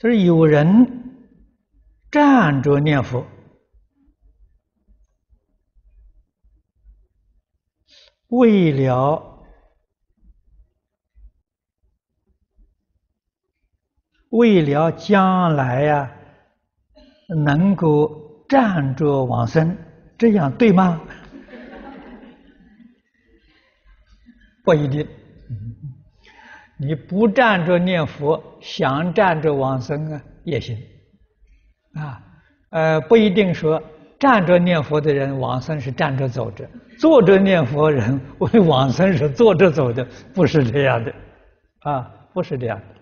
就是有人站着念佛，为了将来能够站着往生，这样对吗？不一定。你不站着念佛，想站着往生也行不一定说站着念佛的人往生是站着走着，坐着念佛人为往生是坐着走的，不是这样的不是这样的。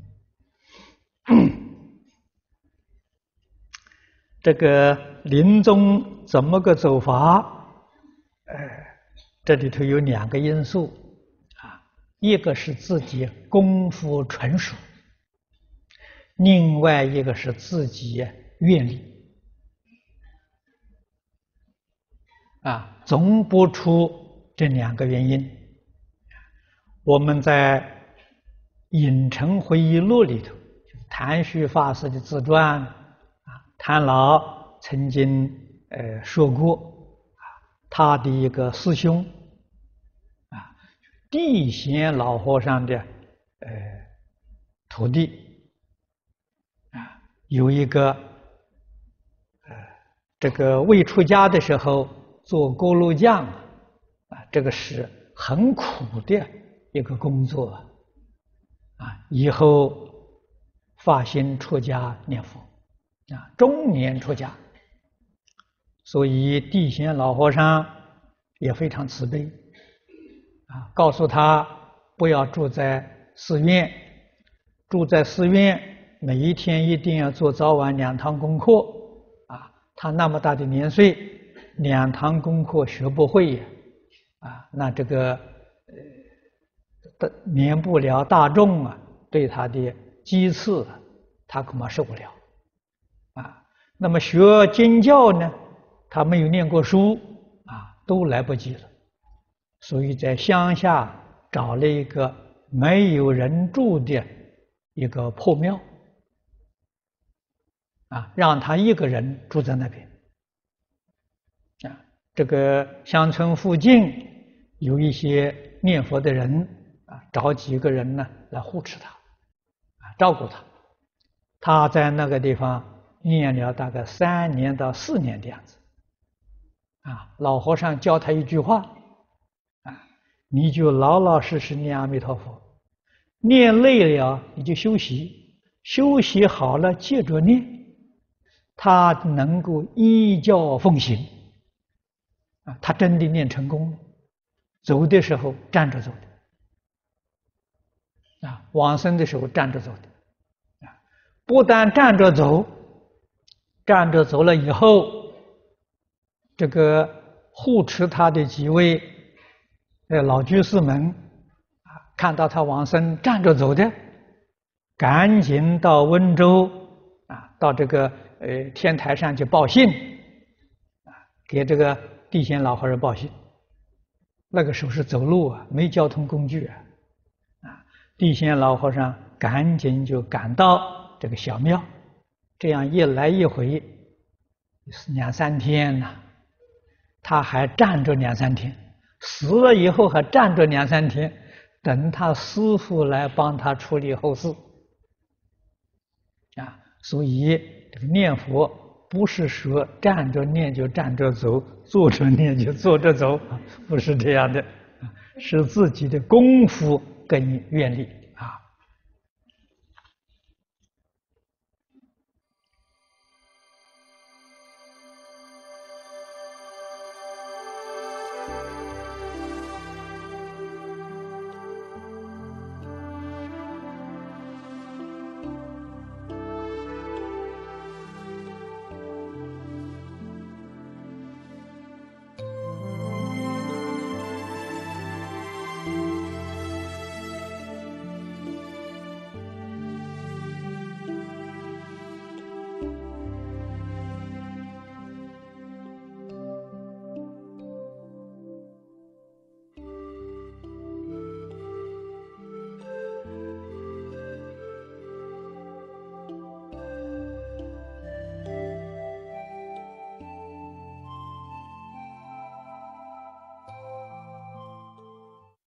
这个临终怎么个走法？这里头有2个因素一个是自己功夫纯熟，另外一个是自己愿力总不出这2个原因。我们在《影城回忆录》里头，谭旭法师的自传谭老曾经说过他的一个师兄地贤老和尚的徒弟有一个这个未出家的时候做锅炉匠这个是很苦的一个工作以后发心出家念佛中年出家，所以地贤老和尚也非常慈悲告诉他不要住在寺院，住在寺院每一天一定要做早晚2堂功课他那么大的年岁，2堂功课学不会那这个免不了大众对他的讥刺，他恐怕受不了那么学经教呢，他没有念过书都来不及了，所以在乡下找了一个没有人住的一个破庙让他一个人住在那边这个乡村附近有一些念佛的人找几个人呢来护持他照顾他，他在那个地方念了大概3年到4年的样子老和尚教他一句话你就老老实实念阿弥陀佛，念累了你就休息，休息好了接着念，他能够依教奉行他真的念成功了，走的时候站着走的往生的时候站着走的不但站着走，站着走了以后，这个护持他的几位老居士们看到他往生站着走的，赶紧到温州到这个天台上去报信给这个地贤老和尚报信。那个时候是走路没交通工具地贤老和尚赶紧就赶到这个小庙，这样一来一回2、3天他还站着2、3天，死了以后还站着2、3天，等他师父来帮他处理后事所以这个念佛不是说站着念就站着走，坐着念就坐着走不是这样的是自己的功夫跟愿力